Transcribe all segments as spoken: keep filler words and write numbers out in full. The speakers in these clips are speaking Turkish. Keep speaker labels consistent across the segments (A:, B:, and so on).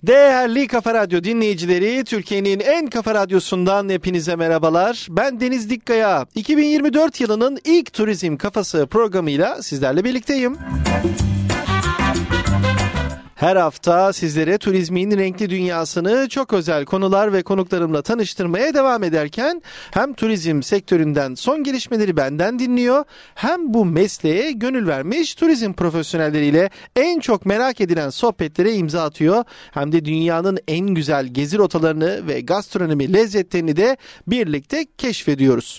A: Değerli Kafa Radyo dinleyicileri, Türkiye'nin en kafa radyosundan hepinize merhabalar. Ben Deniz Dikkaya. iki bin yirmi dört yılının ilk Turizm Kafası programıyla sizlerle birlikteyim. Her hafta sizlere turizmin renkli dünyasını çok özel konular ve konuklarımla tanıştırmaya devam ederken hem turizm sektöründen son gelişmeleri benden dinliyor, hem bu mesleğe gönül vermiş turizm profesyonelleriyle en çok merak edilen sohbetlere imza atıyor. Hem de dünyanın en güzel gezi rotalarını ve gastronomi lezzetlerini de birlikte keşfediyoruz.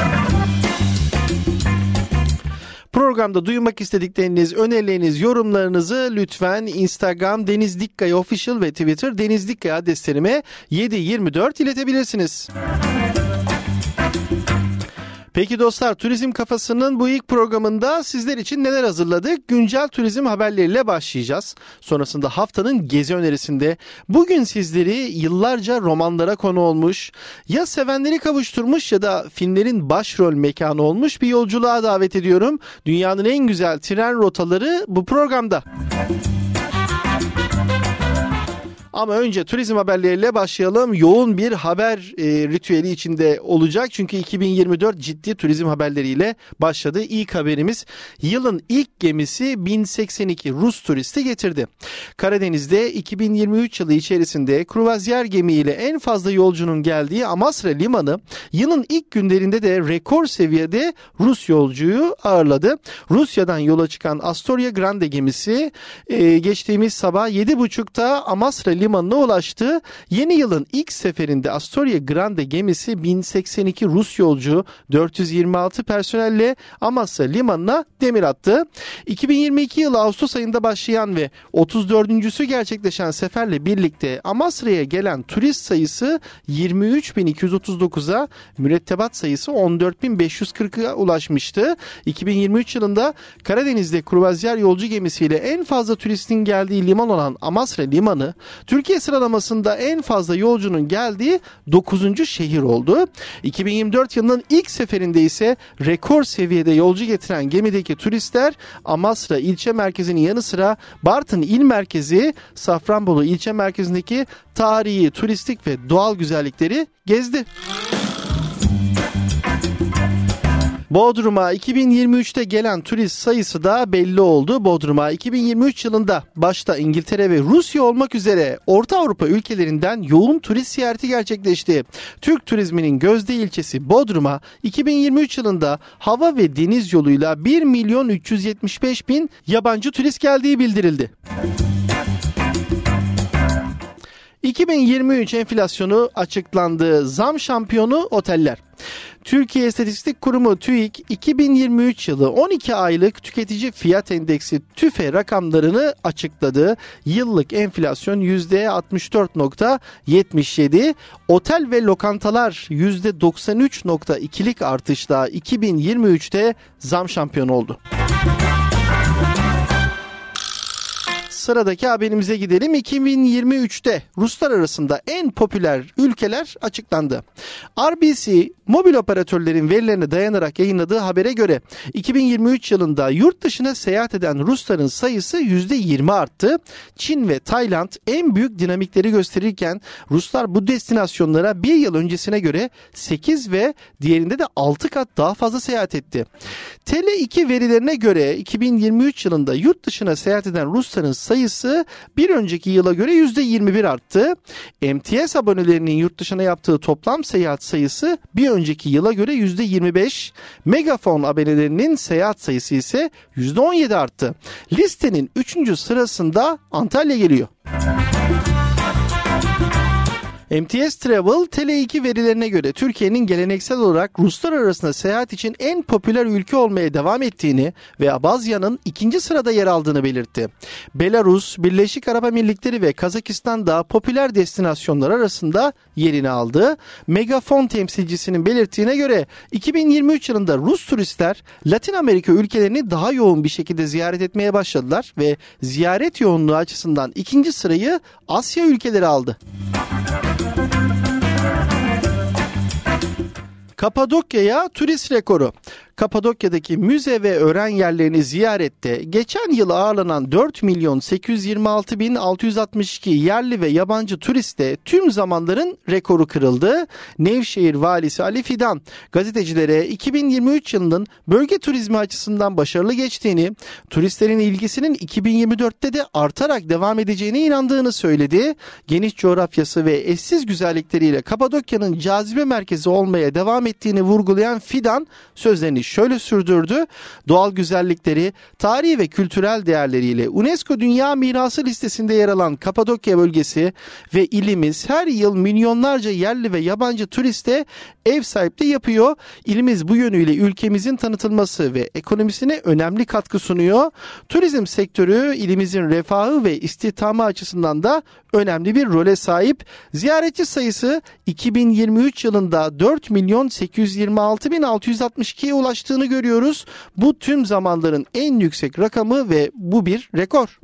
A: Programda duymak istedikleriniz, önerileriniz, yorumlarınızı lütfen Instagram Deniz Dikkaya Official ve Twitter Deniz Dikkaya adreslerime yedi yirmi dört iletebilirsiniz. Peki dostlar, Turizm Kafası'nın bu ilk programında sizler için neler hazırladık? Güncel turizm haberleriyle başlayacağız. Sonrasında haftanın gezi önerisinde bugün sizleri yıllarca romanlara konu olmuş, ya sevenleri kavuşturmuş ya da filmlerin başrol mekanı olmuş bir yolculuğa davet ediyorum. Dünyanın en güzel tren rotaları bu programda. Ama önce turizm haberleriyle başlayalım. Yoğun bir haber e, ritüeli içinde olacak. Çünkü iki bin yirmi dört ciddi turizm haberleriyle başladı. İlk haberimiz, yılın ilk gemisi bin seksen iki Rus turisti getirdi. Karadeniz'de iki bin yirmi üç yılı içerisinde kruvazyer gemiyle en fazla yolcunun geldiği Amasra Limanı, yılın ilk günlerinde de rekor seviyede Rus yolcuyu ağırladı. Rusya'dan yola çıkan Astoria Grande gemisi e, geçtiğimiz sabah yedi buçukta Amasra Limanı'na ulaştı. Yeni yılın ilk seferinde Astoria Grande gemisi bin seksen iki Rus yolcu dört yüz yirmi altı personelle Amasra Limanı'na demir attı. iki bin yirmi iki yılı Ağustos ayında başlayan ve otuz dördüncüsü gerçekleşen seferle birlikte Amasra'ya gelen turist sayısı yirmi üç bin iki yüz otuz dokuza, mürettebat sayısı on dört bin beş yüz kırka ulaşmıştı. iki bin yirmi üç yılında Karadeniz'de kruvazyer yolcu gemisiyle en fazla turistin geldiği liman olan Amasra Limanı, Türkiye sıralamasında en fazla yolcunun geldiği dokuzuncu şehir oldu. iki bin yirmi dört yılının ilk seferinde ise rekor seviyede yolcu getiren gemideki turistler Amasra ilçe merkezinin yanı sıra Bartın il merkezi, Safranbolu ilçe merkezindeki tarihi, turistik ve doğal güzellikleri gezdi. Bodrum'a iki bin yirmi üçte gelen turist sayısı da belli oldu. Bodrum'a iki bin yirmi üç yılında başta İngiltere ve Rusya olmak üzere Orta Avrupa ülkelerinden yoğun turist ziyareti gerçekleşti. Türk turizminin gözde ilçesi Bodrum'a iki bin yirmi üç yılında hava ve deniz yoluyla bir milyon üç yüz yetmiş beş bin yabancı turist geldiği bildirildi. iki bin yirmi üç enflasyonu açıklandı. Zam şampiyonu oteller. Türkiye İstatistik Kurumu TÜİK iki bin yirmi üç yılı on iki aylık tüketici fiyat endeksi TÜFE rakamlarını açıkladı. Yıllık enflasyon yüzde altmış dört virgül yetmiş yedi, otel ve lokantalar yüzde doksan üç virgül ikilik artışla iki bin yirmi üçte zam şampiyonu oldu. Sıradaki haberimize gidelim. iki bin yirmi üçte Ruslar arasında en popüler ülkeler açıklandı. R B C mobil operatörlerin verilerine dayanarak yayınladığı habere göre iki bin yirmi üç yılında yurt dışına seyahat eden Rusların sayısı yüzde yirmi arttı. Çin ve Tayland en büyük dinamikleri gösterirken Ruslar bu destinasyonlara bir yıl öncesine göre sekiz ve diğerinde de altı kat daha fazla seyahat etti. T L iki verilerine göre iki bin yirmi üç yılında yurt dışına seyahat eden Rusların sayısı bir önceki yıla göre yüzde yirmi bir arttı. M T S abonelerinin yurt dışına yaptığı toplam seyahat sayısı bir önceki yıla göre yüzde yirmi beş. Megafon abonelerinin seyahat sayısı ise yüzde on yedi arttı. Listenin üçüncü sırasında Antalya geliyor. M T S Travel, T L iki verilerine göre Türkiye'nin geleneksel olarak Ruslar arasında seyahat için en popüler ülke olmaya devam ettiğini ve Abazya'nın ikinci sırada yer aldığını belirtti. Belarus, Birleşik Arap Emirlikleri ve Kazakistan da popüler destinasyonlar arasında yerini aldı. Megafon temsilcisinin belirttiğine göre iki bin yirmi üç yılında Rus turistler Latin Amerika ülkelerini daha yoğun bir şekilde ziyaret etmeye başladılar ve ziyaret yoğunluğu açısından ikinci sırayı Asya ülkeleri aldı. Kapadokya'ya turist rekoru. Kapadokya'daki müze ve öğren yerlerini ziyarette geçen yıl ağırlanan dört milyon sekiz yüz yirmi altı bin altı yüz altmış iki yerli ve yabancı turiste tüm zamanların rekoru kırıldı. Nevşehir Valisi Ali Fidan gazetecilere iki bin yirmi üç yılının bölge turizmi açısından başarılı geçtiğini, turistlerin ilgisinin iki bin yirmi dörtte de artarak devam edeceğine inandığını söyledi. Geniş coğrafyası ve eşsiz güzellikleriyle Kapadokya'nın cazibe merkezi olmaya devam ettiğini vurgulayan Fidan sözlerini şöyle sürdürdü. Doğal güzellikleri, tarihi ve kültürel değerleriyle UNESCO Dünya Mirası listesinde yer alan Kapadokya bölgesi ve ilimiz her yıl milyonlarca yerli ve yabancı turiste ev sahipliği yapıyor. İlimiz bu yönüyle ülkemizin tanıtılması ve ekonomisine önemli katkı sunuyor. Turizm sektörü ilimizin refahı ve istihdamı açısından da önemli bir role sahip. Ziyaretçi sayısı iki bin yirmi üç yılında dört milyon sekiz yüz yirmi altı bin altı yüz altmış ikiye ulaştığını görüyoruz. Bu tüm zamanların en yüksek rakamı ve bu bir rekor.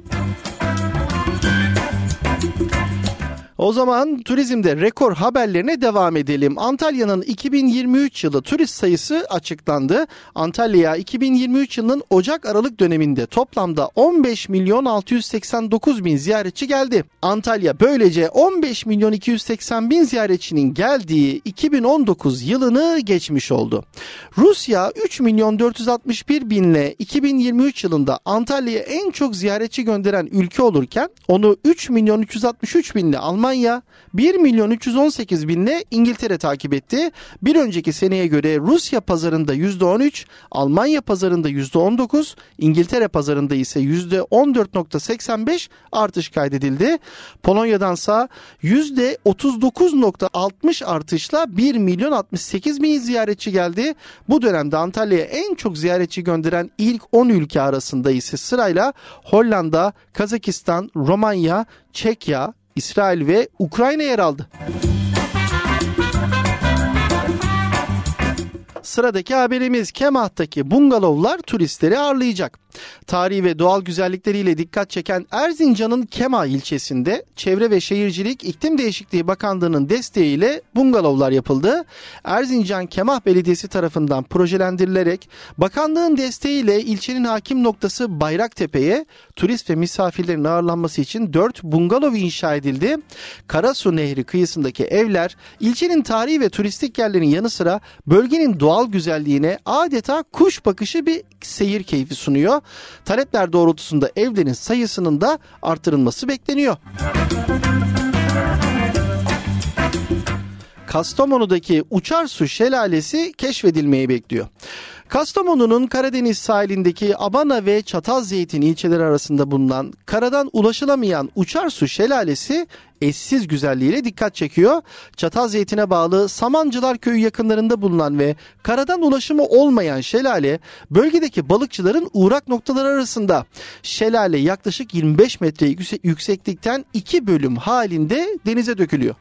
A: O zaman turizmde rekor haberlerine devam edelim. Antalya'nın iki bin yirmi üç yılı turist sayısı açıklandı. Antalya'ya iki bin yirmi üç yılının Ocak-Aralık döneminde toplamda on beş milyon altı yüz seksen dokuz bin ziyaretçi geldi. Antalya böylece on beş milyon iki yüz seksen bin ziyaretçinin geldiği iki bin on dokuz yılını geçmiş oldu. Rusya üç milyon dört yüz altmış bir binle iki bin yirmi üç yılında Antalya'ya en çok ziyaretçi gönderen ülke olurken onu üç milyon üç yüz altmış üç binle Almanya, bir milyon üç yüz on sekiz binle İngiltere takip etti. Bir önceki seneye göre Rusya pazarında yüzde on üç, Almanya pazarında yüzde on dokuz, İngiltere pazarında ise yüzde on dört virgül seksen beş artış kaydedildi. Polonya'dansa yüzde otuz dokuz virgül altmış artışla bir milyon altmış sekiz bin ziyaretçi geldi. Bu dönemde Antalya'ya en çok ziyaretçi gönderen ilk on ülke arasında ise sırayla Hollanda, Kazakistan, Romanya, Çekya, İsrail ve Ukrayna yer aldı. Sıradaki haberimiz Kemah'taki bungalovlar turistleri ağırlayacak. Tarihi ve doğal güzellikleriyle dikkat çeken Erzincan'ın Kemah ilçesinde Çevre ve Şehircilik İklim Değişikliği Bakanlığı'nın desteğiyle bungalovlar yapıldı. Erzincan Kemah Belediyesi tarafından projelendirilerek bakanlığın desteğiyle ilçenin hakim noktası Bayraktepe'ye turist ve misafirlerin ağırlanması için dört bungalov inşa edildi. Karasu Nehri kıyısındaki evler ilçenin tarihi ve turistik yerlerinin yanı sıra bölgenin doğal güzelliğine adeta kuş bakışı bir seyir keyfi sunuyor. Talepler doğrultusunda evlerin sayısının da artırılması bekleniyor. Kastamonu'daki Uçarsu Şelalesi keşfedilmeyi bekliyor. Kastamonu'nun Karadeniz sahilindeki Abana ve Çatalzeytin ilçeleri arasında bulunan karadan ulaşılamayan Uçarsu Şelalesi eşsiz güzelliğiyle dikkat çekiyor. Çatalzeytin'e bağlı Samancılar Köyü yakınlarında bulunan ve karadan ulaşımı olmayan şelale bölgedeki balıkçıların uğrak noktaları arasında. Şelale yaklaşık yirmi beş metre yükseklikten iki bölüm halinde denize dökülüyor.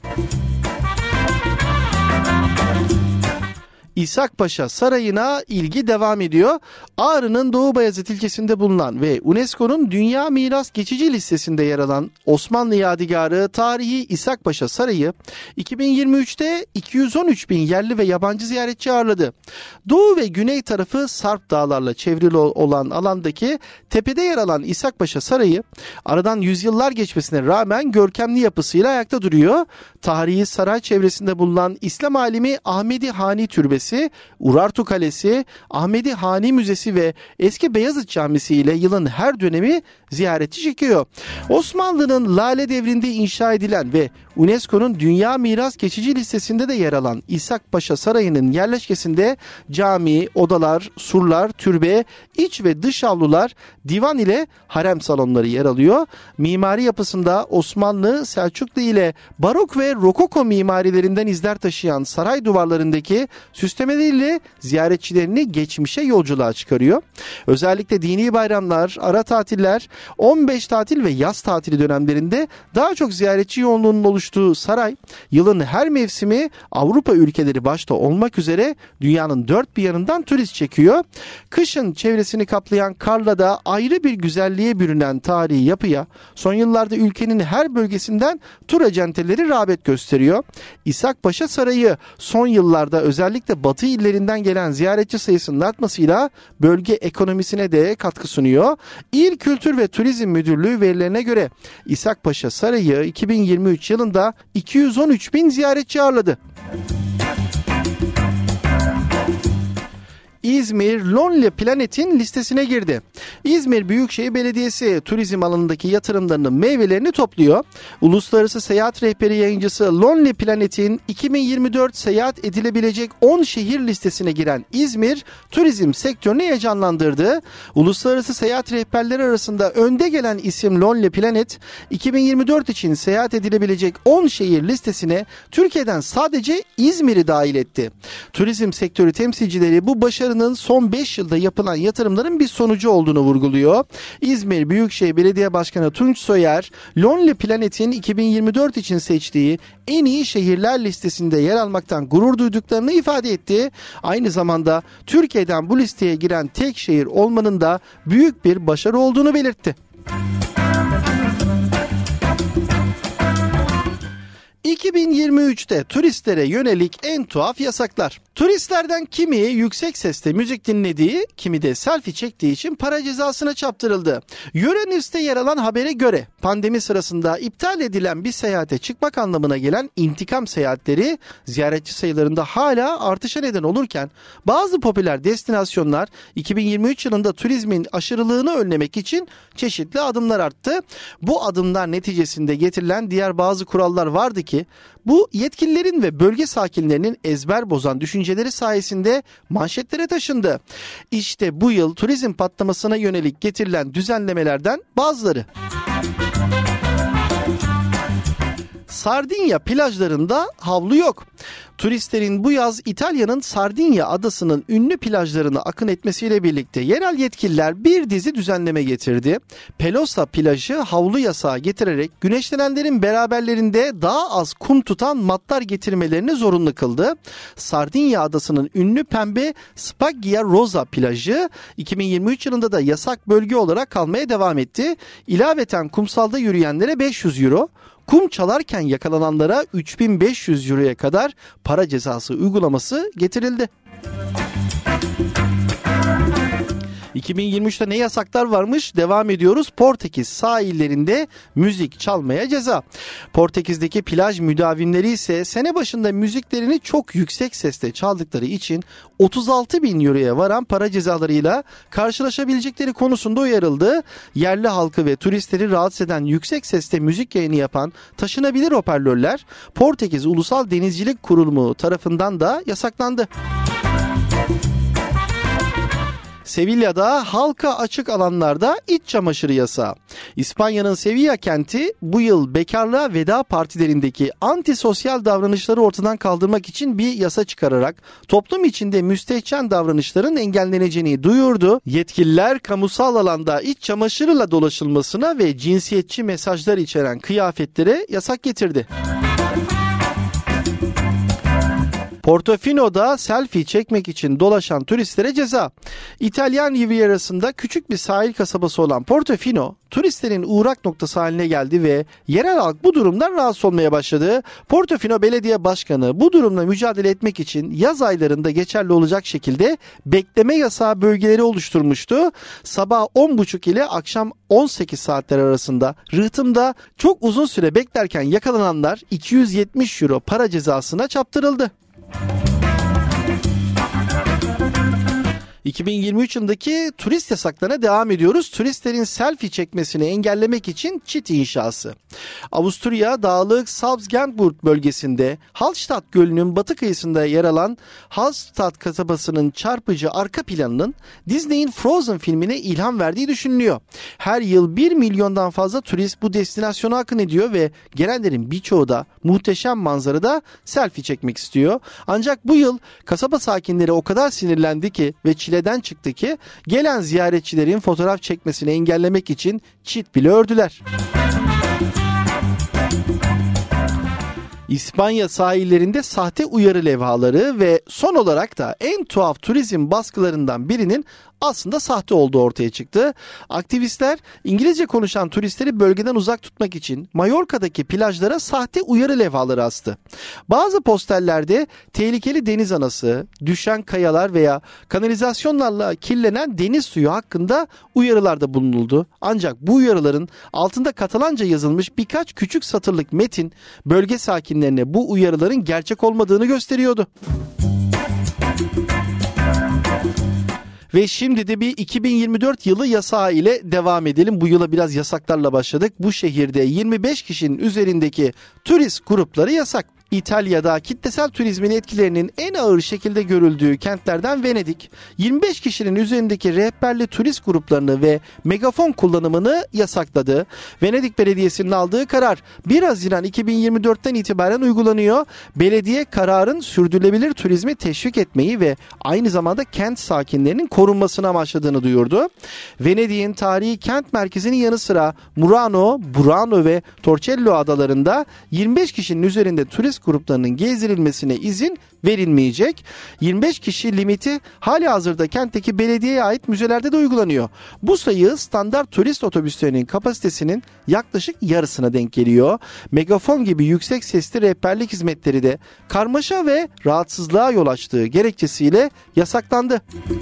A: İshakpaşa Sarayı'na ilgi devam ediyor. Ağrı'nın Doğu Bayazıt ilçesinde bulunan ve UNESCO'nun Dünya Miras Geçici listesinde yer alan Osmanlı Yadigarı tarihi İshakpaşa Sarayı iki bin yirmi üçte iki yüz on üç bin yerli ve yabancı ziyaretçi ağırladı. Doğu ve güney tarafı Sarp Dağlarla çevrili olan alandaki tepede yer alan İshakpaşa Sarayı aradan yüzyıllar geçmesine rağmen görkemli yapısıyla ayakta duruyor. Tarihi saray çevresinde bulunan İslam alimi Ahmedi Hani Türbesi, Urartu Kalesi, Ahmedi Hani Müzesi ve Eski Beyazıt Camisi ile yılın her dönemi ziyaretçi çekiyor. Osmanlı'nın Lale Devri'nde inşa edilen ve UNESCO'nun Dünya Miras Geçici listesinde de yer alan İshakpaşa Sarayı'nın yerleşkesinde cami, odalar, surlar, türbe, iç ve dış avlular, divan ile harem salonları yer alıyor. Mimari yapısında Osmanlı, Selçuklu ile Barok ve Rokoko mimarilerinden izler taşıyan saray duvarlarındaki süslemeleriyle ziyaretçilerini geçmişe yolculuğa çıkarıyor. Özellikle dini bayramlar, ara tatiller, on beş tatil ve yaz tatili dönemlerinde daha çok ziyaretçi yoğunluğunun oluştuğu saray, yılın her mevsimi Avrupa ülkeleri başta olmak üzere dünyanın dört bir yanından turist çekiyor. Kışın çevresini kaplayan karla da ayrı bir güzelliğe bürünen tarihi yapıya son yıllarda ülkenin her bölgesinden tur acenteleri rağbet gösteriyor. İshakpaşa Sarayı son yıllarda özellikle ve batı illerinden gelen ziyaretçi sayısının artmasıyla bölge ekonomisine de katkı sunuyor. İl Kültür ve Turizm Müdürlüğü verilerine göre İshakpaşa Sarayı iki bin yirmi üç yılında iki yüz on üç bin ziyaretçi ağırladı. İzmir Lonely Planet'in listesine girdi. İzmir Büyükşehir Belediyesi turizm alanındaki yatırımlarının meyvelerini topluyor. Uluslararası seyahat rehberi yayıncısı Lonely Planet'in iki bin yirmi dört seyahat edilebilecek on şehir listesine giren İzmir, turizm sektörünü heyecanlandırdı. Uluslararası seyahat rehberleri arasında önde gelen isim Lonely Planet, iki bin yirmi dört için seyahat edilebilecek on şehir listesine Türkiye'den sadece İzmir'i dahil etti. Turizm sektörü temsilcileri bu başarı son beş yılda yapılan yatırımların bir sonucu olduğunu vurguluyor. İzmir Büyükşehir Belediye Başkanı Tunç Soyer, Lonely Planet'in iki bin yirmi dört için seçtiği en iyi şehirler listesinde yer almaktan gurur duyduklarını ifade etti. Aynı zamanda Türkiye'den bu listeye giren tek şehir olmanın da büyük bir başarı olduğunu belirtti. iki bin yirmi üçte turistlere yönelik en tuhaf yasaklar. Turistlerden kimi yüksek sesle müzik dinlediği, kimi de selfie çektiği için para cezasına çarptırıldı. Euronews'te yer alan habere göre pandemi sırasında iptal edilen bir seyahate çıkmak anlamına gelen intikam seyahatleri ziyaretçi sayılarında hala artışa neden olurken bazı popüler destinasyonlar iki bin yirmi üç yılında turizmin aşırılığını önlemek için çeşitli adımlar attı. Bu adımlar neticesinde getirilen diğer bazı kurallar vardı ki bu yetkililerin ve bölge sakinlerinin ezber bozan düşünceleri sayesinde manşetlere taşındı. İşte bu yıl turizm patlamasına yönelik getirilen düzenlemelerden bazıları. Sardinya plajlarında havlu yok. Turistlerin bu yaz İtalya'nın Sardinya adasının ünlü plajlarına akın etmesiyle birlikte yerel yetkililer bir dizi düzenleme getirdi. Pelosa plajı havlu yasağı getirerek güneşlenenlerin beraberlerinde daha az kum tutan matlar getirmelerini zorunlu kıldı. Sardinya adasının ünlü pembe Spaggia Rosa plajı iki bin yirmi üç yılında da yasak bölge olarak kalmaya devam etti. İlaveten kumsalda yürüyenlere beş yüz euro, kum çalarken yakalananlara üç bin beş yüz euroya kadar para cezası uygulaması getirildi. iki bin yirmi üçte ne yasaklar varmış? Devam ediyoruz. Portekiz sahillerinde müzik çalmaya ceza. Portekiz'deki plaj müdavimleri ise sene başında müziklerini çok yüksek sesle çaldıkları için otuz altı bin euroya varan para cezalarıyla karşılaşabilecekleri konusunda uyarıldı. Yerli halkı ve turistleri rahatsız eden yüksek sesle müzik yayını yapan taşınabilir hoparlörler Portekiz Ulusal Denizcilik Kurumu tarafından da yasaklandı. Sevilla'da halka açık alanlarda iç çamaşırı yasağı. İspanya'nın Sevilla kenti bu yıl bekarlığa veda partilerindeki antisosyal davranışları ortadan kaldırmak için bir yasa çıkararak toplum içinde müstehcen davranışların engelleneceğini duyurdu. Yetkililer kamusal alanda iç çamaşırıyla dolaşılmasına ve cinsiyetçi mesajlar içeren kıyafetlere yasak getirdi. Portofino'da selfie çekmek için dolaşan turistlere ceza. İtalyan Riviera'sında küçük bir sahil kasabası olan Portofino, turistlerin uğrak noktası haline geldi ve yerel halk bu durumdan rahatsız olmaya başladı. Portofino Belediye Başkanı bu durumla mücadele etmek için yaz aylarında geçerli olacak şekilde bekleme yasağı bölgeleri oluşturmuştu. Sabah on buçuk ile akşam on sekiz saatler arasında rıhtımda çok uzun süre beklerken yakalananlar iki yüz yetmiş euro para cezasına çarptırıldı. iki bin yirmi üç yılındaki turist yasaklarına devam ediyoruz. Turistlerin selfie çekmesini engellemek için çit inşası. Avusturya Dağlık Salzgitter bölgesinde Hallstatt Gölü'nün batı kıyısında yer alan Hallstatt kasabasının çarpıcı arka planının Disney'in Frozen filmine ilham verdiği düşünülüyor. Her yıl bir milyondan fazla turist bu destinasyona akın ediyor ve gelenlerin birçoğu da muhteşem manzarada selfie çekmek istiyor. Ancak bu yıl kasaba sakinleri o kadar sinirlendi ki ve çileden çıktı ki gelen ziyaretçilerin fotoğraf çekmesini engellemek için çit bile ördüler. İspanya sahillerinde sahte uyarı levhaları ve son olarak da en tuhaf turizm baskılarından birinin aslında sahte olduğu ortaya çıktı. Aktivistler İngilizce konuşan turistleri bölgeden uzak tutmak için Mallorca'daki plajlara sahte uyarı levhaları astı. Bazı posterlerde tehlikeli deniz anası, düşen kayalar veya kanalizasyonlarla kirlenen deniz suyu hakkında uyarılarda bulunuldu. Ancak bu uyarıların altında Katalanca yazılmış birkaç küçük satırlık metin bölge sakinlerine bu uyarıların gerçek olmadığını gösteriyordu. Ve şimdi de bir iki bin yirmi dört yılı yasağı ile devam edelim. Bu yıla biraz yasaklarla başladık. Bu şehirde yirmi beş kişinin üzerindeki turist grupları yasak. İtalya'da kitlesel turizmin etkilerinin en ağır şekilde görüldüğü kentlerden Venedik, yirmi beş kişinin üzerindeki rehberli turist gruplarını ve megafon kullanımını yasakladı. Venedik Belediyesi'nin aldığı karar bir Haziran iki bin yirmi dörtten itibaren uygulanıyor. Belediye kararın sürdürülebilir turizmi teşvik etmeyi ve aynı zamanda kent sakinlerinin korunmasını amaçladığını duyurdu. Venedik'in tarihi kent merkezinin yanı sıra Murano, Burano ve Torcello adalarında yirmi beş kişinin üzerinde turist gruplarının gezdirilmesine izin verilmeyecek. yirmi beş kişi limiti halihazırda kentteki belediyeye ait müzelerde de uygulanıyor. Bu sayı standart turist otobüslerinin kapasitesinin yaklaşık yarısına denk geliyor. Megafon gibi yüksek sesli rehberlik hizmetleri de karmaşa ve rahatsızlığa yol açtığı gerekçesiyle yasaklandı.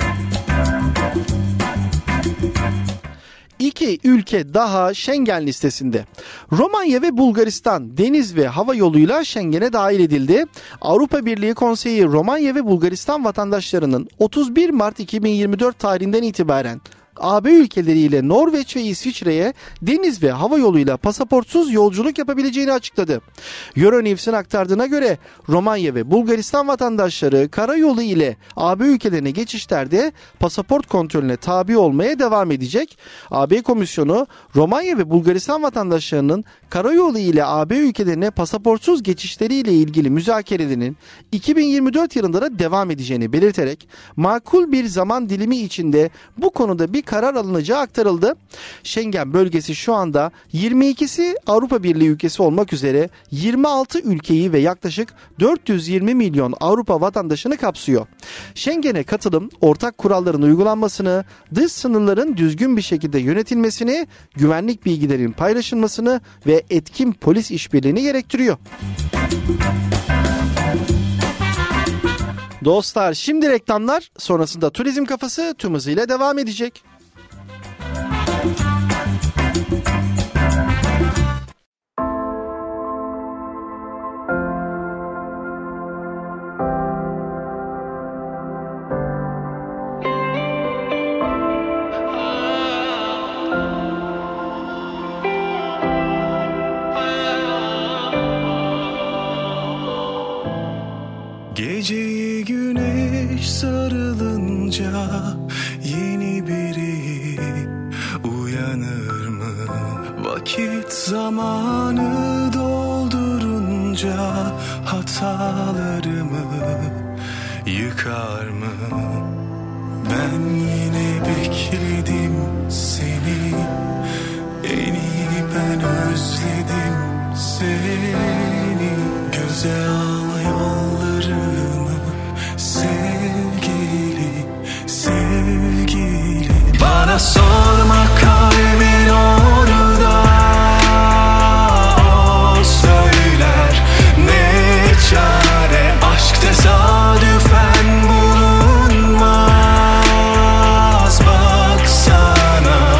A: İki ülke daha Schengen listesinde. Romanya ve Bulgaristan deniz ve hava yoluyla Schengen'e dahil edildi. Avrupa Birliği Konseyi Romanya ve Bulgaristan vatandaşlarının otuz bir Mart iki bin yirmi dört tarihinden itibaren A B ülkeleriyle Norveç ve İsviçre'ye deniz ve hava yoluyla pasaportsuz yolculuk yapabileceğini açıkladı. Euronews'in aktardığına göre Romanya ve Bulgaristan vatandaşları karayolu ile A B ülkelerine geçişlerde pasaport kontrolüne tabi olmaya devam edecek. A B Komisyonu Romanya ve Bulgaristan vatandaşlarının karayolu ile A B ülkelerine pasaportsuz geçişleriyle ilgili müzakerelerinin iki bin yirmi dört yılında da devam edeceğini belirterek makul bir zaman dilimi içinde bu konuda bir karar alınacağı aktarıldı. Schengen bölgesi şu anda yirmi ikisi Avrupa Birliği ülkesi olmak üzere yirmi altı ülkeyi ve yaklaşık dört yüz yirmi milyon Avrupa vatandaşını kapsıyor. Schengen'e katılım, ortak kuralların uygulanmasını, dış sınırların düzgün bir şekilde yönetilmesini, güvenlik bilgilerinin paylaşılmasını ve etkin polis işbirliğini gerektiriyor. Dostlar, şimdi reklamlar, sonrasında Turizm Kafası tüm hızıyla devam edecek.
B: Geceyi güneş sarılınca yeni biri uyanır mı? Vakit zamanı doldurunca hatalarımı yıkar mı? Ben yine bekledim seni, en iyi ben özledim seni. Göze al yollarımı sevgili, sevgili. Bana sorma kalbin orada, o söyler ne çare. Aşk tesadüfen bulunmaz, baksana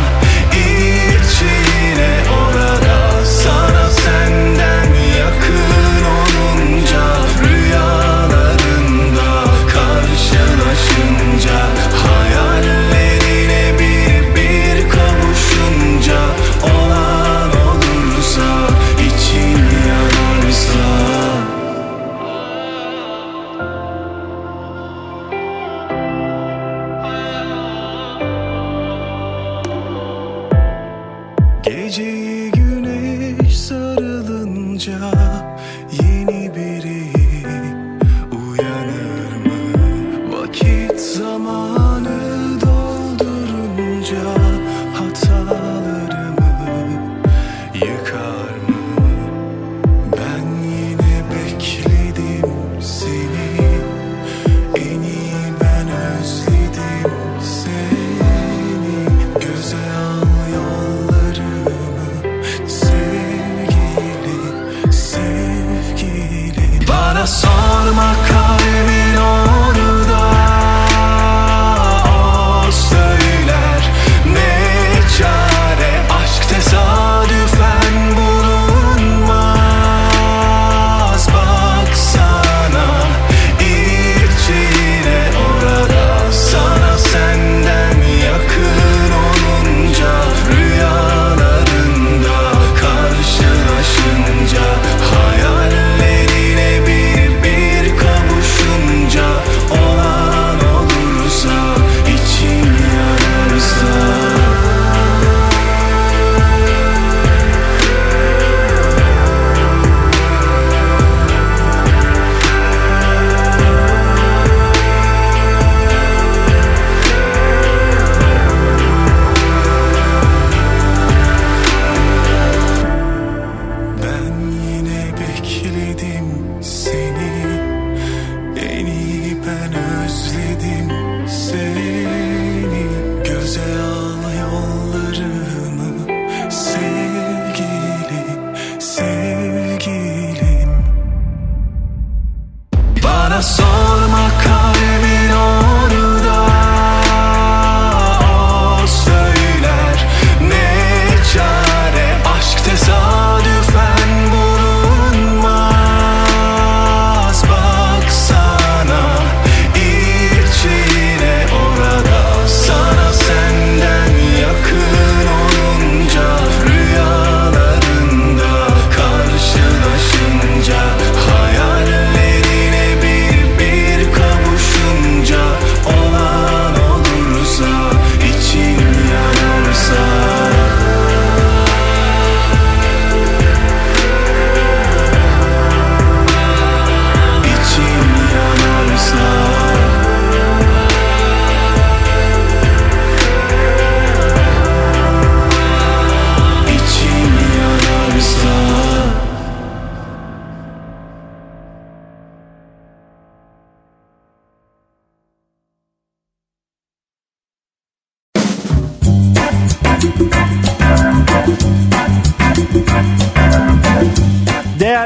B: içine orada. Sana senden yakın olunca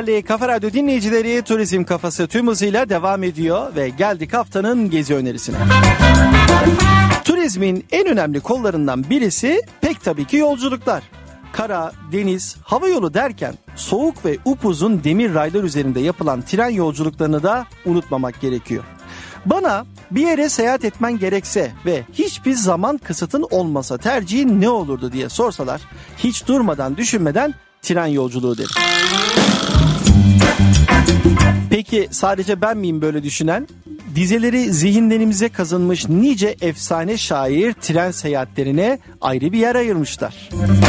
A: Değerli Kafa Radyo dinleyicileri, Turizm Kafası tüm hızıyla devam ediyor ve geldik haftanın gezi önerisine. Turizmin en önemli kollarından birisi pek tabii ki yolculuklar. Kara, deniz, hava yolu derken soğuk ve upuzun demir raylar üzerinde yapılan tren yolculuklarını da unutmamak gerekiyor. Bana bir yere seyahat etmen gerekse ve hiçbir zaman kısıtın olmasa tercihin ne olurdu diye sorsalar, hiç durmadan düşünmeden tren yolculuğu derim. Peki sadece ben miyim böyle düşünen? Dizeleri zihinlerimize kazınmış nice efsane şair tren seyahatlerine ayrı bir yer ayırmışlar.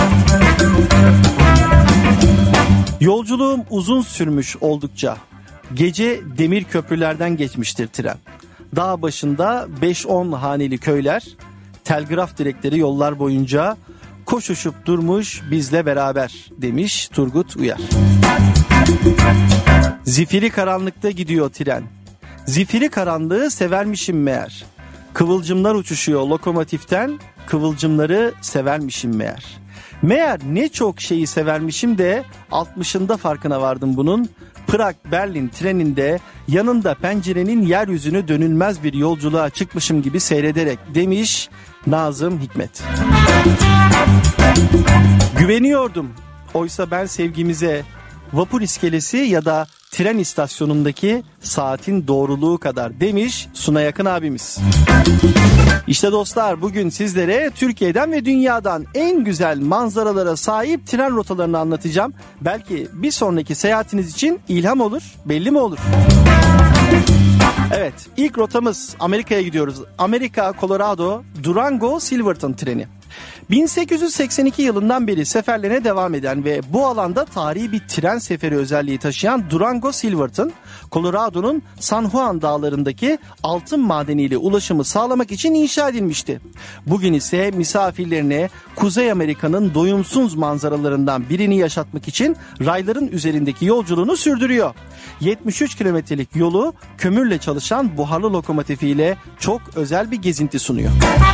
A: Yolculuğum uzun sürmüş oldukça. Gece demir köprülerden geçmiştir tren. Dağ başında beş on haneli köyler, telgraf direkleri yollar boyunca koşuşup durmuş bizle beraber demiş Turgut Uyar. Zifiri karanlıkta gidiyor tren. Zifiri karanlığı severmişim meğer. Kıvılcımlar uçuşuyor lokomotiften, kıvılcımları severmişim meğer. Meğer ne çok şeyi severmişim de altmışında farkına vardım bunun. Prag-Berlin treninde yanında pencerenin yeryüzünü dönülmez bir yolculuğa çıkmışım gibi seyrederek demiş Nazım Hikmet. Güveniyordum. Oysa ben sevgimize vapur iskelesi ya da tren istasyonundaki saatin doğruluğu kadar demiş Suna Yakın abimiz. İşte dostlar, bugün sizlere Türkiye'den ve dünyadan en güzel manzaralara sahip tren rotalarını anlatacağım. Belki bir sonraki seyahatiniz için ilham olur, belli mi olur? Evet, ilk rotamız Amerika'ya gidiyoruz. Amerika, Colorado, Durango, Silverton treni. bin sekiz yüz seksen iki yılından beri seferlerine devam eden ve bu alanda tarihi bir tren seferi özelliği taşıyan Durango Silverton, Colorado'nun San Juan dağlarındaki altın madeniyle ulaşımı sağlamak için inşa edilmişti. Bugün ise misafirlerine Kuzey Amerika'nın doyumsuz manzaralarından birini yaşatmak için rayların üzerindeki yolculuğunu sürdürüyor. yetmiş üç kilometrelik yolu kömürle çalışan buharlı lokomotifiyle çok özel bir gezinti sunuyor.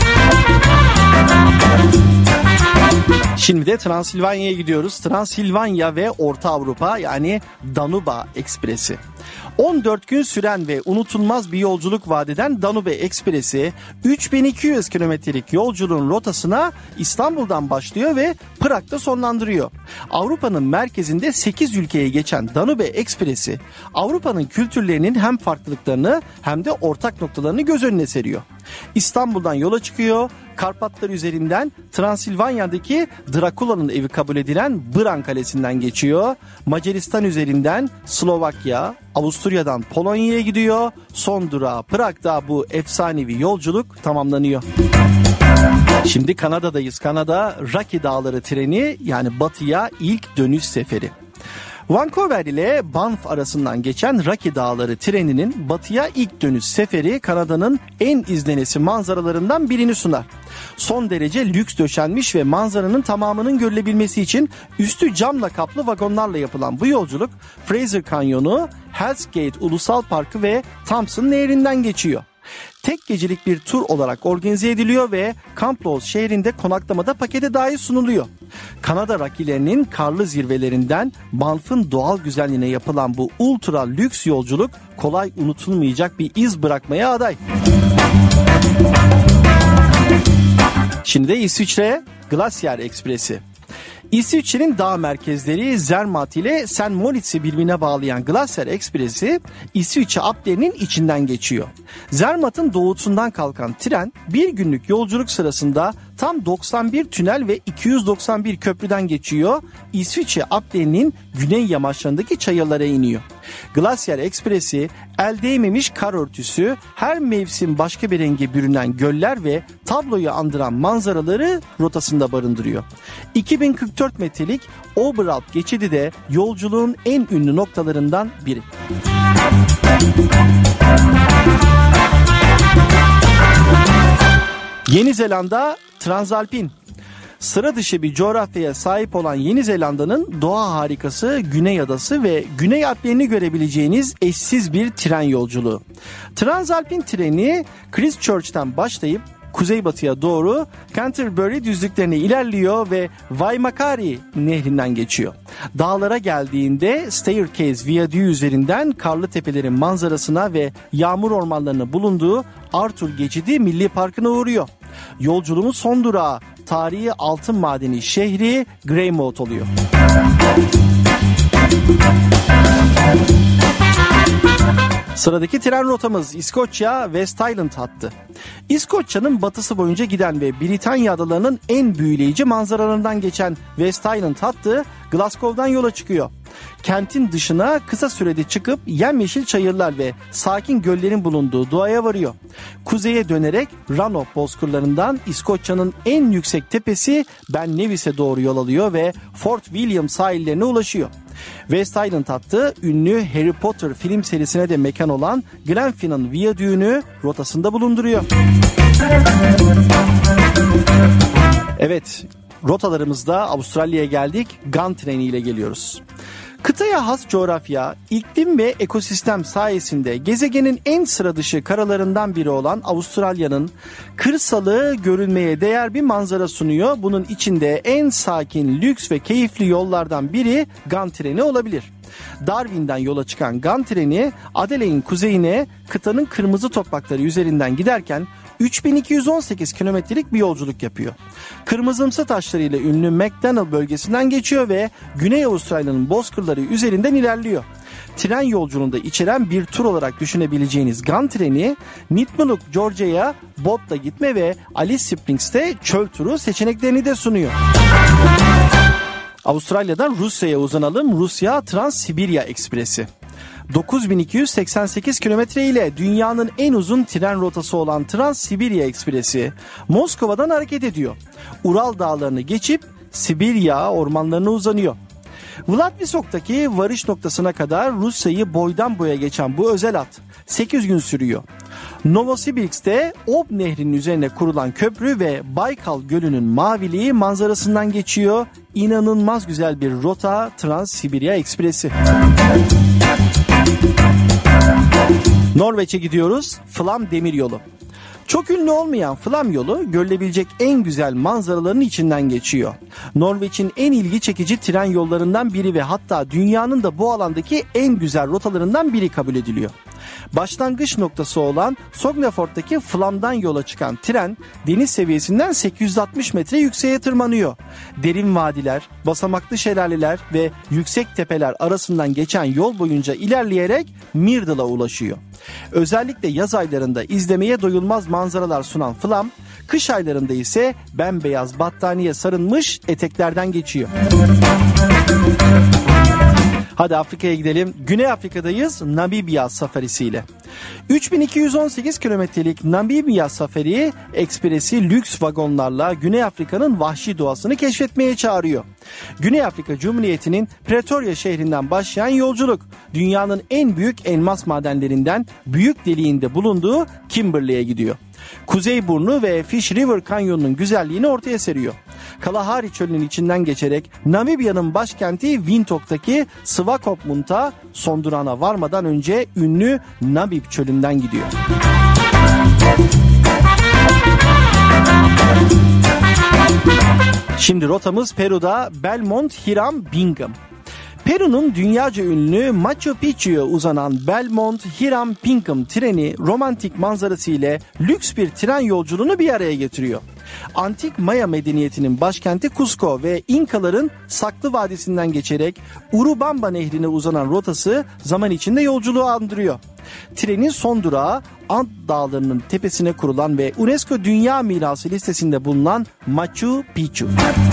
A: Şimdi de Transilvanya'ya gidiyoruz. Transilvanya ve Orta Avrupa, yani Danube Ekspresi. on dört gün süren ve unutulmaz bir yolculuk vaat eden Danube Ekspresi üç bin iki yüz kilometrelik yolculuğun rotasına İstanbul'dan başlıyor ve Prag'da sonlandırıyor. Avrupa'nın merkezinde sekiz ülkeye geçen Danube Ekspresi Avrupa'nın kültürlerinin hem farklılıklarını hem de ortak noktalarını göz önüne seriyor. İstanbul'dan yola çıkıyor, Karpatlar üzerinden Transilvanya'daki Drakula'nın evi kabul edilen Bran Kalesi'nden geçiyor. Macaristan üzerinden Slovakya, Avusturya'dan Polonya'ya gidiyor. Son durağı Prag'da bu efsanevi yolculuk tamamlanıyor. Şimdi Kanada'dayız. Kanada, Rocky Dağları treni, yani batıya ilk dönüş seferi. Vancouver ile Banff arasından geçen Rocky Dağları treninin batıya ilk dönüş seferi Kanada'nın en izlenesi manzaralarından birini sunar. Son derece lüks döşenmiş ve manzaranın tamamının görülebilmesi için üstü camla kaplı vagonlarla yapılan bu yolculuk Fraser Kanyonu, Hell's Gate Ulusal Parkı ve Thompson Nehri'nden geçiyor. Tek gecelik bir tur olarak organize ediliyor ve Kamloops şehrinde konaklamada pakete dahil sunuluyor. Kanada Rocky'lerinin karlı zirvelerinden Banff'ın doğal güzelliğine yapılan bu ultra lüks yolculuk kolay unutulmayacak bir iz bırakmaya aday. Şimdi de İsviçre, Glacier Ekspresi. İsviçre'nin dağ merkezleri Zermatt ile Saint Moritz'i birbirine bağlayan Glacier Ekspresi İsviçre Alplerinin içinden geçiyor. Zermatt'ın doğusundan kalkan tren bir günlük yolculuk sırasında tam doksan bir tünel ve iki yüz doksan bir köprüden geçiyor. İsviçre Alplerinin güney yamaçlarındaki çayırlara iniyor. Glacier Ekspresi el değmemiş kar örtüsü, her mevsim başka bir renge bürünen göller ve tabloyu andıran manzaraları rotasında barındırıyor. iki bin kırk dört metrelik Oberalp geçidi de yolculuğun en ünlü noktalarından biri. Yeni Zelanda Transalpin. Sıra dışı bir coğrafyaya sahip olan Yeni Zelanda'nın doğa harikası Güney Adası ve Güney Alplerini görebileceğiniz eşsiz bir tren yolculuğu. Transalpin treni Christchurch'tan başlayıp kuzeybatıya doğru Canterbury düzlüklerine ilerliyor ve Waimakari nehrinden geçiyor. Dağlara geldiğinde Staircase Viyadüğü üzerinden karlı tepelerin manzarasına ve yağmur ormanlarının bulunduğu Arthur Geçidi Milli Parkı'na uğruyor. Yolculuğumuz son durağı tarihi altın madeni şehri Greymouth oluyor. Sıradaki tren rotamız İskoçya West Island hattı. İskoçya'nın batısı boyunca giden ve Britanya adalarının en büyüleyici manzaralarından geçen West Island hattı Glasgow'dan yola çıkıyor. Kentin dışına kısa sürede çıkıp yemyeşil çayırlar ve sakin göllerin bulunduğu doğaya varıyor. Kuzeye dönerek Rannoch bozkırlarından İskoçya'nın en yüksek tepesi Ben Nevis'e doğru yol alıyor ve Fort William sahillerine ulaşıyor. West Island hattı ünlü Harry Potter film serisine de mekan olan Glenfinnan Viyadüğü'nü rotasında bulunduruyor. Evet, rotalarımızda Avustralya'ya geldik. Gun treniyle geliyoruz. Kıtaya has coğrafya, iklim ve ekosistem sayesinde gezegenin en sıra dışı karalarından biri olan Avustralya'nın kırsalı görülmeye değer bir manzara sunuyor. Bunun içinde en sakin, lüks ve keyifli yollardan biri Gun treni olabilir. Darwin'den yola çıkan Gun treni Adelaide'in kuzeyine kıtanın kırmızı toprakları üzerinden giderken üç bin iki yüz on sekiz kilometrelik bir yolculuk yapıyor. Kırmızımsı taşlarıyla ünlü McDonnell bölgesinden geçiyor ve Güney Avustralya'nın bozkırları üzerinden ilerliyor. Tren yolculuğunda içeren bir tur olarak düşünebileceğiniz Gun treni, Nitmiluk, Georgia'ya botla gitme ve Alice Springs'te çöl turu seçeneklerini de sunuyor. Avustralya'dan Rusya'ya uzanalım. Rusya Trans-Sibirya Ekspresi. dokuz bin iki yüz seksen sekiz kilometre ile dünyanın en uzun tren rotası olan Trans-Sibirya Ekspresi Moskova'dan hareket ediyor. Ural dağlarını geçip Sibirya ormanlarına uzanıyor. Vladivostok'taki varış noktasına kadar Rusya'yı boydan boya geçen bu özel hat sekiz gün sürüyor. Novosibirsk'te Ob Nehri'nin üzerine kurulan köprü ve Baykal Gölü'nün maviliği manzarasından geçiyor. İnanılmaz güzel bir rota Trans-Sibirya Ekspresi. Norveç'e gidiyoruz. Flam Demiryolu. Çok ünlü olmayan Flam yolu görülebilecek en güzel manzaraların içinden geçiyor. Norveç'in en ilgi çekici tren yollarından biri ve hatta dünyanın da bu alandaki en güzel rotalarından biri kabul ediliyor. Başlangıç noktası olan Sognafort'taki Flam'dan yola çıkan tren deniz seviyesinden sekiz yüz altmış metre yükseğe tırmanıyor. Derin vadiler, basamaklı şelaleler ve yüksek tepeler arasından geçen yol boyunca ilerleyerek Myrdal'a ulaşıyor. Özellikle yaz aylarında izlemeye doyulmaz manzaralar sunan Flam, kış aylarında ise bembeyaz battaniye sarılmış eteklerden geçiyor. Hadi Afrika'ya gidelim. Güney Afrika'dayız Namibya safarisiyle. üç bin iki yüz on sekiz kilometrelik Namibya Safari Ekspresi lüks vagonlarla Güney Afrika'nın vahşi doğasını keşfetmeye çağırıyor. Güney Afrika Cumhuriyeti'nin Pretoria şehrinden başlayan yolculuk, dünyanın en büyük elmas madenlerinden Büyük Deliği'nde bulunduğu Kimberley'e gidiyor. Kuzeyburnu ve Fish River Kanyonu'nun güzelliğini ortaya seriyor. Kalahari çölünün içinden geçerek Namibya'nın başkenti Windhoek'taki Swakopmund'a son durağına varmadan önce ünlü Namib çölünden gidiyor. Şimdi rotamız Peru'da Belmont Hiram Bingham. Peru'nun dünyaca ünlü Machu Picchu'ya uzanan Belmont Hiram Bingham treni romantik manzarası ile lüks bir tren yolculuğunu bir araya getiriyor. Antik Maya medeniyetinin başkenti Cusco ve İnkaların Saklı Vadisi'nden geçerek Urubamba Nehri'ne uzanan rotası zaman içinde yolculuğu andırıyor. Trenin son durağı Ant Dağları'nın tepesine kurulan ve UNESCO Dünya Mirası listesinde bulunan Machu Picchu.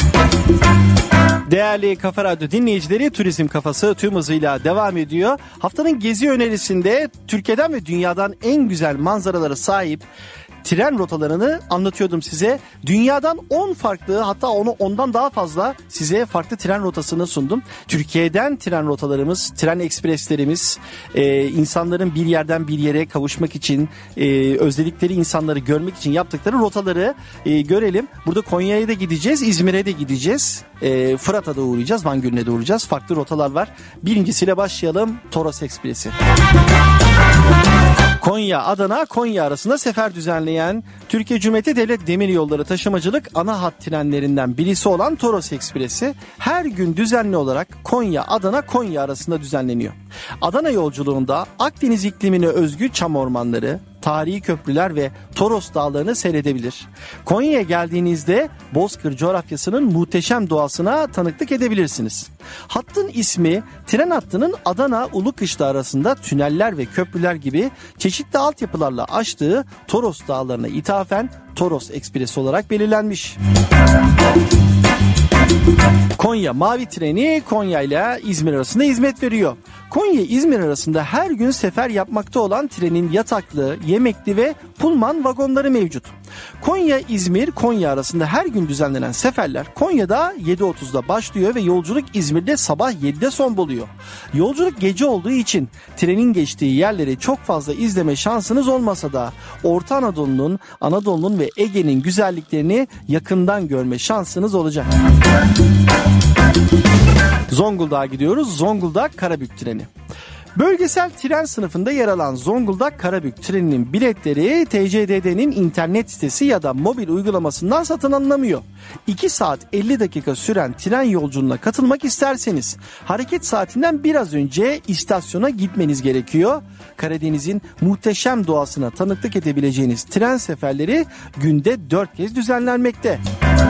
A: Değerli Kafa Radyo dinleyicileri, Turizm Kafası tüm hızıyla devam ediyor. Haftanın gezi önerisinde Türkiye'den ve dünyadan en güzel manzaralara sahip tren rotalarını anlatıyordum size. Dünyadan on farklı, hatta onu ondan daha fazla size farklı tren rotasını sundum. Türkiye'den tren rotalarımız, tren ekspreslerimiz, e, insanların bir yerden bir yere kavuşmak için, e, özledikleri insanları görmek için yaptıkları rotaları e, görelim. Burada Konya'ya da gideceğiz, İzmir'e de gideceğiz, e, Fırat'a da uğrayacağız, Van Gölü'ne de uğrayacağız. Farklı rotalar var. Birincisiyle başlayalım. Toros Ekspresi. Konya, Adana, Konya arasında sefer düzenleyen Türkiye Cumhuriyeti Devlet Demiryolları Taşımacılık ana hat trenlerinden birisi olan Toros Ekspresi her gün düzenli olarak Konya, Adana, Konya arasında düzenleniyor. Adana yolculuğunda Akdeniz iklimine özgü çam ormanları, tarihi köprüler ve Toros dağlarını seyredebilir. Konya'ya geldiğinizde Bozkır coğrafyasının muhteşem doğasına tanıklık edebilirsiniz. Hattın ismi tren hattının Adana Ulukışla arasında tüneller ve köprüler gibi çeşitli altyapılarla açtığı Toros dağlarına ithafen Toros Ekspresi olarak belirlenmiş. Konya Mavi Treni Konya ile İzmir arasında hizmet veriyor. Konya-İzmir arasında her gün sefer yapmakta olan trenin yataklı, yemekli ve pulman vagonları mevcut. Konya-İzmir, Konya arasında her gün düzenlenen seferler Konya'da yedi otuzda başlıyor ve yolculuk İzmir'de sabah yedide son buluyor. Yolculuk gece olduğu için trenin geçtiği yerleri çok fazla izleme şansınız olmasa da Orta Anadolu'nun, Anadolu'nun ve Ege'nin güzelliklerini yakından görme şansınız olacak. Zonguldak'a gidiyoruz. Zonguldak Karabük treni. Bölgesel tren sınıfında yer alan Zonguldak Karabük treninin biletleri T C D D'nin internet sitesi ya da mobil uygulamasından satın alınamıyor. iki saat elli dakika süren tren yolculuğuna katılmak isterseniz hareket saatinden biraz önce istasyona gitmeniz gerekiyor. Karadeniz'in muhteşem doğasına tanıklık edebileceğiniz tren seferleri günde dört kez düzenlenmekte.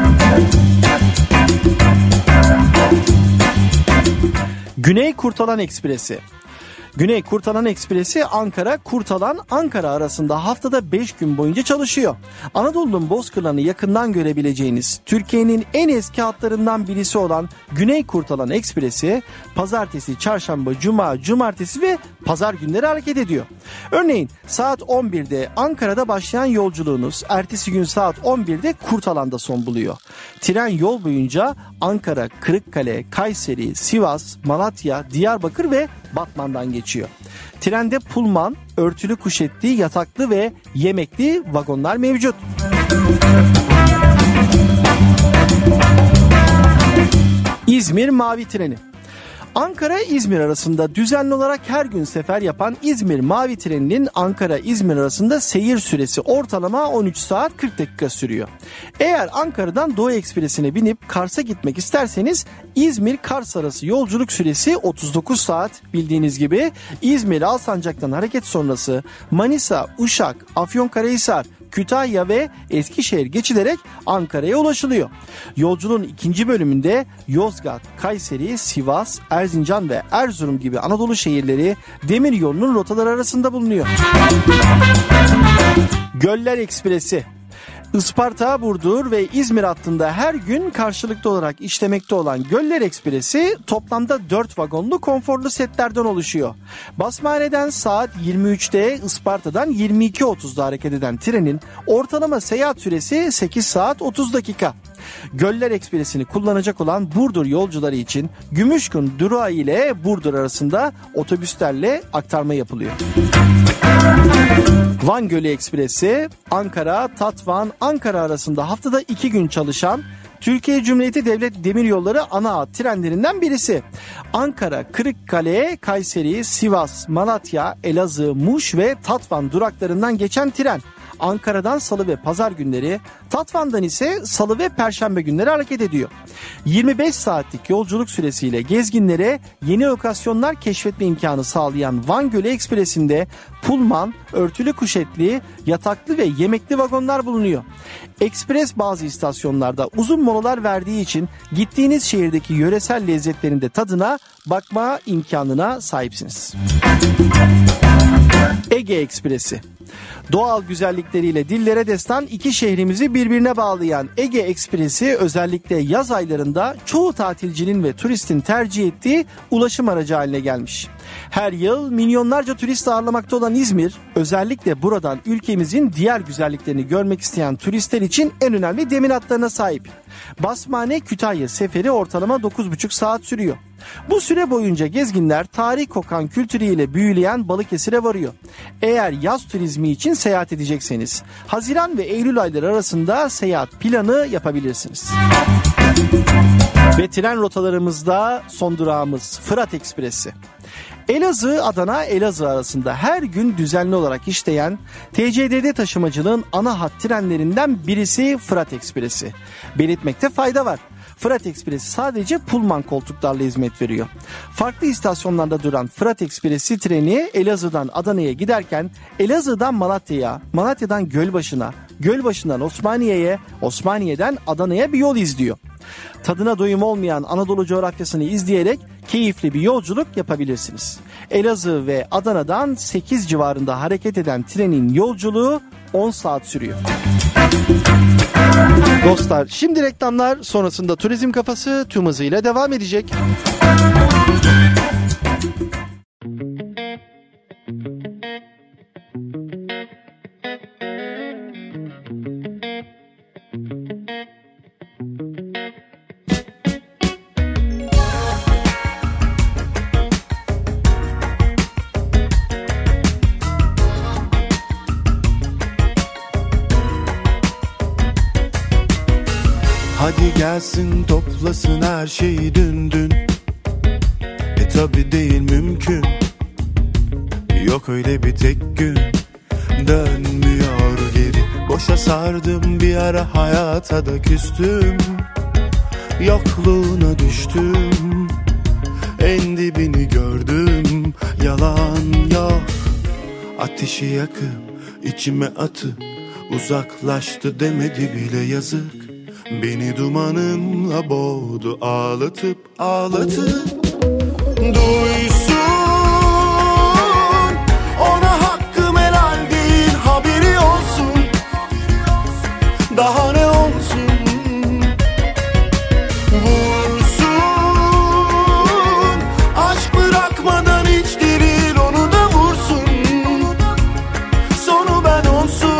A: Güney Kurtalan Ekspresi. Güney Kurtalan Ekspresi Ankara Kurtalan Ankara arasında haftada beş gün boyunca çalışıyor. Anadolu'nun bozkırlarını yakından görebileceğiniz Türkiye'nin en eski hatlarından birisi olan Güney Kurtalan Ekspresi pazartesi, çarşamba, cuma, cumartesi ve pazar günleri hareket ediyor. Örneğin saat on birde Ankara'da başlayan yolculuğunuz ertesi gün saat on birde Kurtalan'da son buluyor. Tren yol boyunca Ankara, Kırıkkale, Kayseri, Sivas, Malatya, Diyarbakır ve Batman'dan geçiyor. Trende pulman, örtülü kuşetli, yataklı ve yemekli vagonlar mevcut. İzmir Mavi Treni. Ankara-İzmir arasında düzenli olarak her gün sefer yapan İzmir Mavi Treni'nin Ankara-İzmir arasında seyir süresi ortalama on üç saat kırk dakika sürüyor. Eğer Ankara'dan Doğu Ekspresi'ne binip Kars'a gitmek isterseniz İzmir-Kars arası yolculuk süresi otuz dokuz saat. Bildiğiniz gibi İzmir-Alsancak'tan hareket sonrası Manisa, Uşak, Afyonkarahisar, Kütahya ve Eskişehir geçilerek Ankara'ya ulaşılıyor. Yolculuğun ikinci bölümünde Yozgat, Kayseri, Sivas, Erzincan ve Erzurum gibi Anadolu şehirleri demiryolunun rotaları arasında bulunuyor. Göller Ekspresi. Isparta, Burdur ve İzmir hattında her gün karşılıklı olarak işlemekte olan Göller Ekspresi toplamda dört vagonlu konforlu setlerden oluşuyor. Basmane'den saat yirmi üçte, Isparta'dan yirmi iki otuzda hareket eden trenin ortalama seyahat süresi sekiz saat otuz dakika. Göller Ekspresi'ni kullanacak olan Burdur yolcuları için Gümüşkun durağı ile Burdur arasında otobüslerle aktarma yapılıyor. Van Gölü Ekspresi Ankara, Tatvan, Ankara arasında haftada iki gün çalışan Türkiye Cumhuriyeti Devlet Demiryolları ana hat trenlerinden birisi. Ankara, Kırıkkale, Kayseri, Sivas, Malatya, Elazığ, Muş ve Tatvan duraklarından geçen tren Ankara'dan salı ve pazar günleri, Tatvan'dan ise salı ve perşembe günleri hareket ediyor. yirmi beş saatlik yolculuk süresiyle gezginlere yeni lokasyonlar keşfetme imkanı sağlayan Van Gölü Ekspresi'nde pulman, örtülü kuşetli, yataklı ve yemekli vagonlar bulunuyor. Ekspres bazı istasyonlarda uzun molalar verdiği için gittiğiniz şehirdeki yöresel lezzetlerin de tadına bakma imkanına sahipsiniz. Ege Ekspresi. Doğal güzellikleriyle dillere destan iki şehrimizi birbirine bağlayan Ege Ekspresi özellikle yaz aylarında çoğu tatilcinin ve turistin tercih ettiği ulaşım aracı haline gelmiş. Her yıl milyonlarca turist ağırlamakta olan İzmir, özellikle buradan ülkemizin diğer güzelliklerini görmek isteyen turistler için en önemli demir hatlarına sahip. Basmane Kütahya seferi ortalama dokuz buçuk saat sürüyor. Bu süre boyunca gezginler tarih kokan kültürüyle büyüleyen Balıkesir'e varıyor. Eğer yaz turizmi için seyahat edecekseniz Haziran ve Eylül ayları arasında seyahat planı yapabilirsiniz. Ve tren rotalarımızda son durağımız Fırat Ekspresi. Elazığ, Adana, Elazığ arasında her gün düzenli olarak işleyen T C D D taşımacılığın ana hat trenlerinden birisi Fırat Ekspresi. Belirtmekte fayda var. Fırat Ekspresi sadece Pullman koltuklarla hizmet veriyor. Farklı istasyonlarda duran Fırat Ekspresi treni Elazığ'dan Adana'ya giderken Elazığ'dan Malatya'ya, Malatya'dan Gölbaşı'na, Gölbaşı'ndan Osmaniye'ye, Osmaniye'den Adana'ya bir yol izliyor. Tadına doyum olmayan Anadolu coğrafyasını izleyerek keyifli bir yolculuk yapabilirsiniz. Elazığ ve Adana'dan sekiz civarında hareket eden trenin yolculuğu on saat sürüyor. Dostlar, şimdi reklamlar, sonrasında Turizm Kafası tüm hızıyla devam edecek.
B: Hadi gelsin toplasın her şeyi dün dün. E tabi değil mümkün. Yok öyle bir tek gün. Dönmüyor geri. Boşa sardım bir ara, hayata da küstüm. Yokluğuna düştüm. En dibini gördüm. Yalan yok. Ateşi yakıp içime atıp uzaklaştı demedi bile, yazık. Beni dumanınla boğdu, ağlatıp ağlatıp. Duysun, ona hakkım helal değil, haberi olsun. Daha ne olsun? Vursun, aşk bırakmadan hiç diril, onu da vursun. Sonu ben olsun.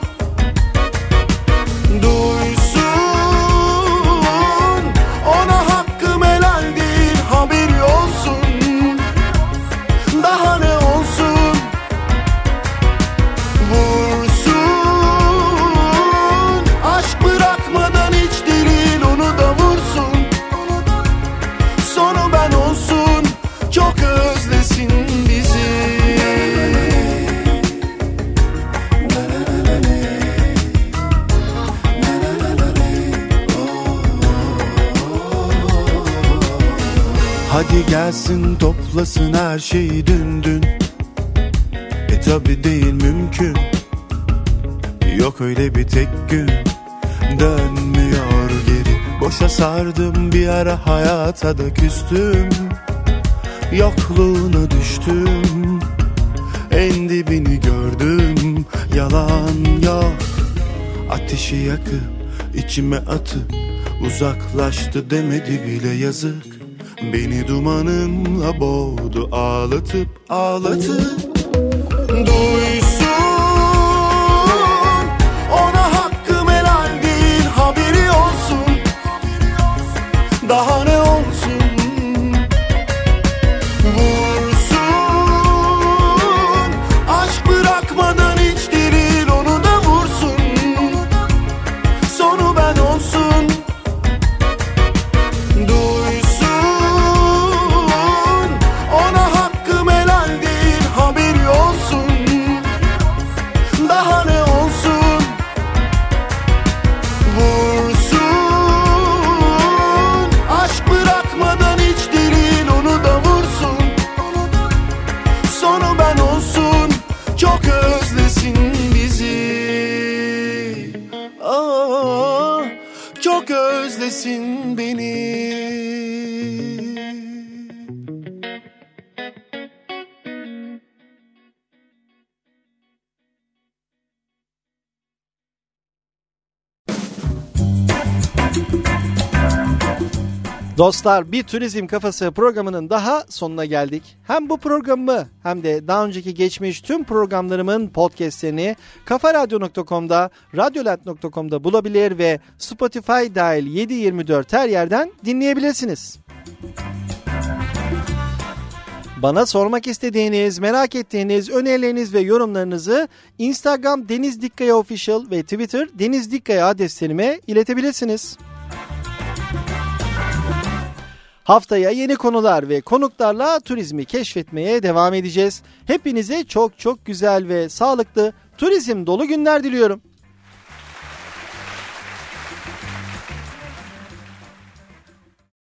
B: Hadi gelsin toplasın her şeyi dün dün. E tabi değil mümkün. Yok öyle bir tek gün. Dönmüyor geri. Boşa sardım bir ara, hayata da küstüm. Yokluğuna düştüm. En dibini gördüm. Yalan yok. Ateşi yakıp içime atıp uzaklaştı demedi bile, yazık. Beni dumanınla boğdu, ağlatıp ağlatıp. Duysun, ona hakkım helal değil, haberi olsun. Daha ne olsun? Vursun, aşk bırakmadan hiç diril, onu da vursun. Sonu ben olsun. Çok özlesin beni.
A: Dostlar, bir Turizm Kafası programının daha sonuna geldik. Hem bu programı hem de daha önceki geçmiş tüm programlarımın podcastlerini kafaradyo nokta com'da, radyoland nokta com'da bulabilir ve Spotify dahil yedi yirmi dört her yerden dinleyebilirsiniz. Bana sormak istediğiniz, merak ettiğiniz önerileriniz ve yorumlarınızı Instagram Deniz Dikkaya Official ve Twitter Deniz Dikkaya adreslerime iletebilirsiniz. Haftaya yeni konular ve konuklarla turizmi keşfetmeye devam edeceğiz. Hepinize çok çok güzel ve sağlıklı, turizm dolu günler diliyorum.